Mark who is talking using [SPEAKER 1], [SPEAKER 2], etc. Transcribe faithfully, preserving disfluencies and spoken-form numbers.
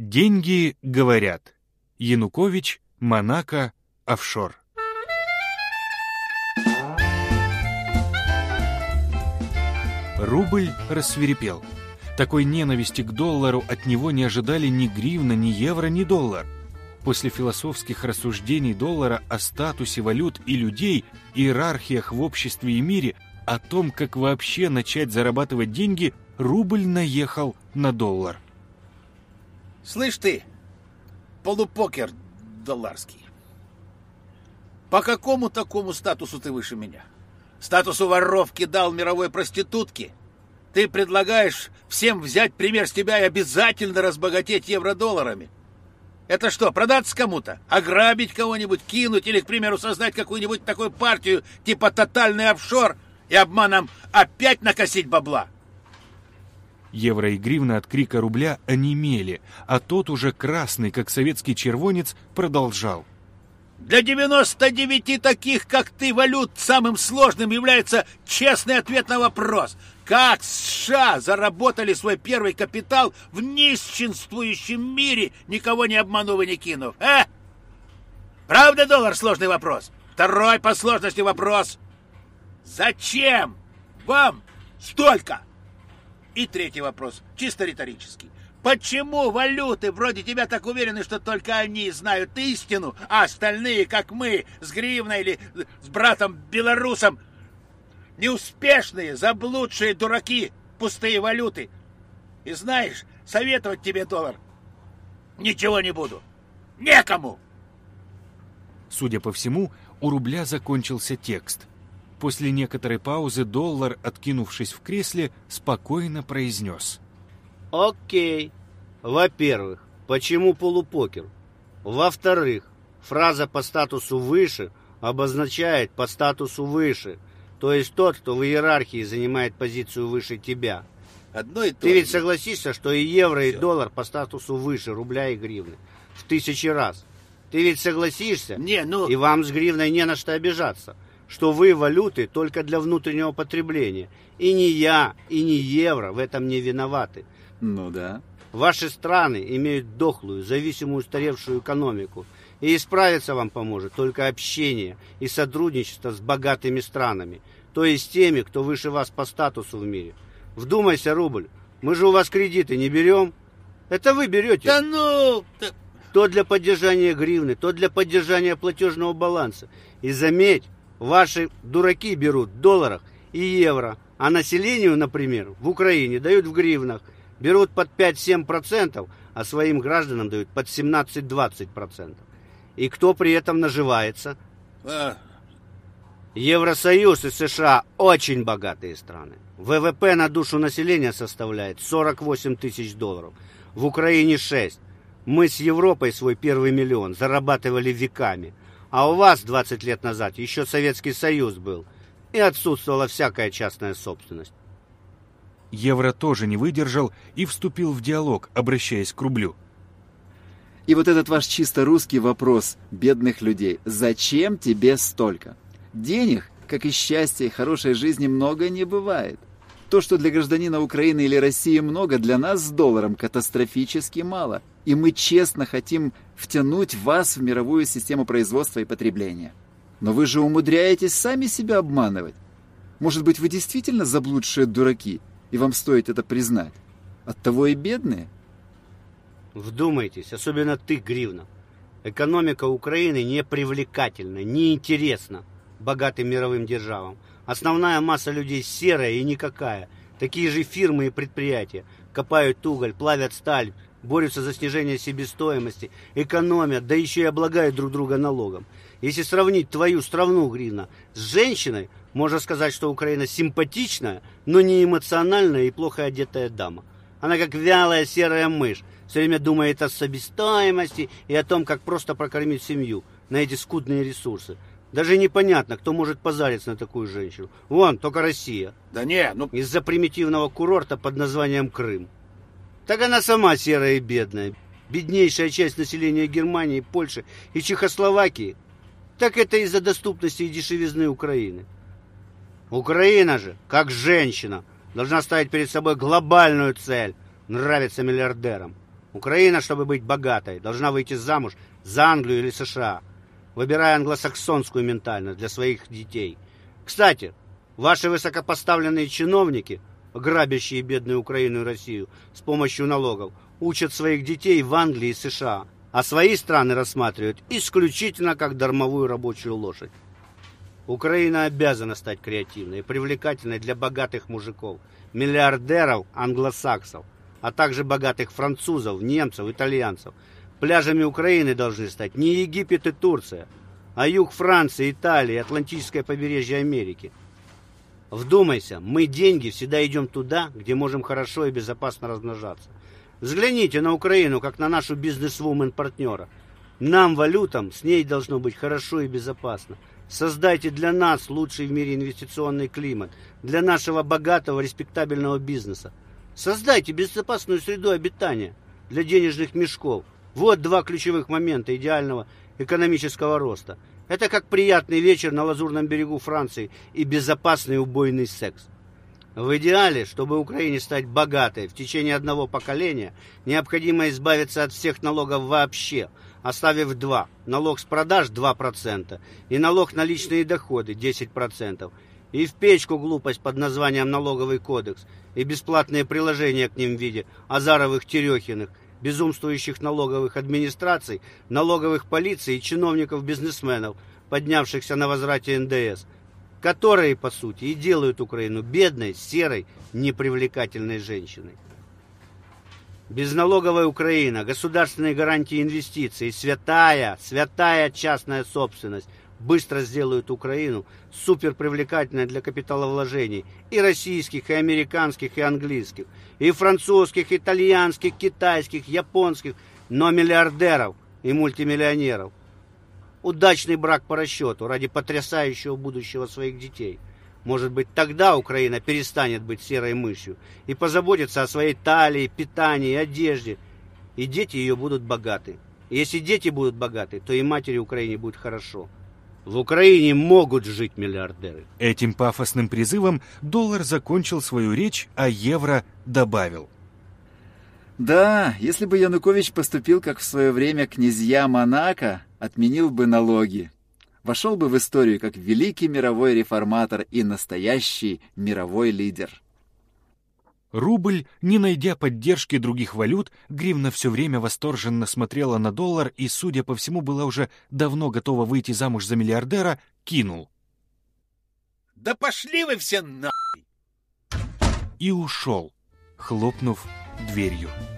[SPEAKER 1] Деньги говорят. Янукович, Монако, офшор. Рубль рассвирепел. Такой ненависти к доллару от него не ожидали ни гривна, ни евро, ни доллар. После философских рассуждений доллара о статусе валют и людей, иерархиях в обществе и мире, о том, как вообще начать зарабатывать деньги, рубль наехал на доллар.
[SPEAKER 2] Слышь ты, полупокер долларский, по какому такому статусу ты выше меня? Статусу воровки дал мировой проститутки? Ты предлагаешь всем взять пример с тебя и обязательно разбогатеть евро-долларами? Это что, продаться кому-то? Ограбить кого-нибудь, кинуть или, к примеру, создать какую-нибудь такую партию типа «Тотальный офшор» и обманом опять накосить бабла?
[SPEAKER 1] Евро и гривна от крика рубля онемели, а тот уже красный, как советский червонец, продолжал.
[SPEAKER 2] Для девяноста девяти таких, как ты, валют самым сложным является честный ответ на вопрос. Как США заработали свой первый капитал в нищенствующем мире, никого не обманув и не кинув? А? Правда, доллар, сложный вопрос? Второй по сложности вопрос. Зачем вам столько? И третий вопрос, чисто риторический. Почему валюты вроде тебя так уверены, что только они знают истину, а остальные, как мы, с гривной или с братом-белорусом, неуспешные, заблудшие дураки, пустые валюты? И знаешь, советовать тебе, доллар, ничего не буду. Некому!
[SPEAKER 1] Судя по всему, у рубля закончился текст. После некоторой паузы доллар, откинувшись в кресле, спокойно произнес.
[SPEAKER 3] Окей. Во-первых, почему полупокер? Во-вторых, фраза «по статусу выше» обозначает «по статусу выше», то есть тот, кто в иерархии занимает позицию выше тебя.
[SPEAKER 2] Одно и то
[SPEAKER 3] Ты
[SPEAKER 2] же.
[SPEAKER 3] ведь согласишься, что и евро,
[SPEAKER 2] Все.
[SPEAKER 3] и доллар по статусу выше рубля и гривны? В тысячи раз. Ты ведь согласишься?
[SPEAKER 2] Не, ну...
[SPEAKER 3] И вам с гривной не на что обижаться, что вы валюты только для внутреннего потребления. И ни я, и ни евро в этом не виноваты.
[SPEAKER 4] Ну да.
[SPEAKER 3] Ваши страны имеют дохлую, зависимую, устаревшую экономику. И исправиться вам поможет только общение и сотрудничество с богатыми странами, то есть теми, кто выше вас по статусу в мире. Вдумайся, рубль, мы же у вас кредиты не берем. Это вы берете.
[SPEAKER 2] Да ну...
[SPEAKER 3] То для поддержания гривны, то для поддержания платежного баланса. И заметь, ваши дураки берут в долларах и евро, а населению, например, в Украине дают в гривнах. Берут под пять-семь процентов, а своим гражданам дают под семнадцать-двадцать процентов. И кто при этом наживается?
[SPEAKER 2] А...
[SPEAKER 3] Евросоюз и США очень богатые страны. ВВП на душу населения составляет сорок восемь тысяч долларов. В Украине шесть. Мы с Европой свой первый миллион зарабатывали веками. А у вас двадцать лет назад еще Советский Союз был. И отсутствовала всякая частная собственность.
[SPEAKER 1] Евро тоже не выдержал и вступил в диалог, обращаясь к рублю.
[SPEAKER 4] И вот этот ваш чисто русский вопрос бедных людей. Зачем тебе столько? Денег, как и счастья и хорошей жизни, много не бывает. То, что для гражданина Украины или России много, для нас с долларом катастрофически мало. И мы честно хотим втянуть вас в мировую систему производства и потребления. Но вы же умудряетесь сами себя обманывать. Может быть, вы действительно заблудшие дураки, и вам стоит это признать. Оттого и бедные.
[SPEAKER 3] Вдумайтесь, особенно ты, гривна. Экономика Украины не привлекательна, не интересна богатым мировым державам. Основная масса людей серая и никакая. Такие же фирмы и предприятия копают уголь, плавят сталь, борются за снижение себестоимости, экономят, да еще и облагают друг друга налогом. Если сравнить твою страну, гривна, с женщиной, можно сказать, что Украина симпатичная, но не эмоциональная и плохо одетая дама. Она как вялая серая мышь, все время думает о себестоимости и о том, как просто прокормить семью на эти скудные ресурсы. Даже непонятно, кто может позариться на такую женщину. Вон, только Россия.
[SPEAKER 2] Да не, ну...
[SPEAKER 3] Из-за примитивного курорта под названием Крым. Так она сама серая и бедная. Беднейшая часть населения Германии, Польши и Чехословакии. Так это из-за доступности и дешевизны Украины. Украина же, как женщина, должна ставить перед собой глобальную цель – нравиться миллиардерам. Украина, чтобы быть богатой, должна выйти замуж за Англию или США, выбирая англосаксонскую ментальность для своих детей. Кстати, ваши высокопоставленные чиновники, грабящие бедную Украину и Россию с помощью налогов, учат своих детей в Англии и США, а свои страны рассматривают исключительно как дармовую рабочую лошадь. Украина обязана стать креативной и привлекательной для богатых мужиков, миллиардеров, англосаксов, а также богатых французов, немцев, итальянцев. Пляжами Украины должны стать не Египет и Турция, а юг Франции, Италии, Атлантическое побережье Америки. Вдумайся, мы деньги всегда идем туда, где можем хорошо и безопасно размножаться. Взгляните на Украину, как на нашу бизнес-вумен-партнера. Нам, валютам, с ней должно быть хорошо и безопасно. Создайте для нас лучший в мире инвестиционный климат, для нашего богатого, респектабельного бизнеса. Создайте безопасную среду обитания для денежных мешков. Вот два ключевых момента идеального экономического роста. Это как приятный вечер на лазурном берегу Франции и безопасный убойный секс. В идеале, чтобы Украине стать богатой в течение одного поколения, необходимо избавиться от всех налогов вообще, оставив два. Налог с продаж два процента и налог на личные доходы десять процентов. И в печку глупость под названием налоговый кодекс и бесплатные приложения к ним в виде Азаровых, Терехиных, безумствующих налоговых администраций, налоговых полиций и чиновников-бизнесменов, поднявшихся на возврате эн дэ эс, которые, по сути, и делают Украину бедной, серой, непривлекательной женщиной. Безналоговая Украина, государственные гарантии инвестиций, святая, святая частная собственность быстро сделают Украину суперпривлекательной для капиталовложений и российских, и американских, и английских, и французских, итальянских, китайских, японских, но миллиардеров и мультимиллионеров. Удачный брак по расчету ради потрясающего будущего своих детей. Может быть, тогда Украина перестанет быть серой мышью и позаботится о своей талии, питании, одежде. И дети ее будут богаты. И если дети будут богаты, то и матери Украине будет хорошо. В Украине могут жить миллиардеры.
[SPEAKER 1] Этим пафосным призывом доллар закончил свою речь, а евро добавил.
[SPEAKER 4] Да, если бы Янукович поступил, как в свое время князья Монако, отменил бы налоги. Вошел бы в историю как великий мировой реформатор и настоящий мировой лидер.
[SPEAKER 1] Рубль, не найдя поддержки других валют, гривна все время восторженно смотрела на доллар и, судя по всему, была уже давно готова выйти замуж за миллиардера, кинул.
[SPEAKER 2] Да пошли вы все нахуй!
[SPEAKER 1] И ушел, хлопнув дверью.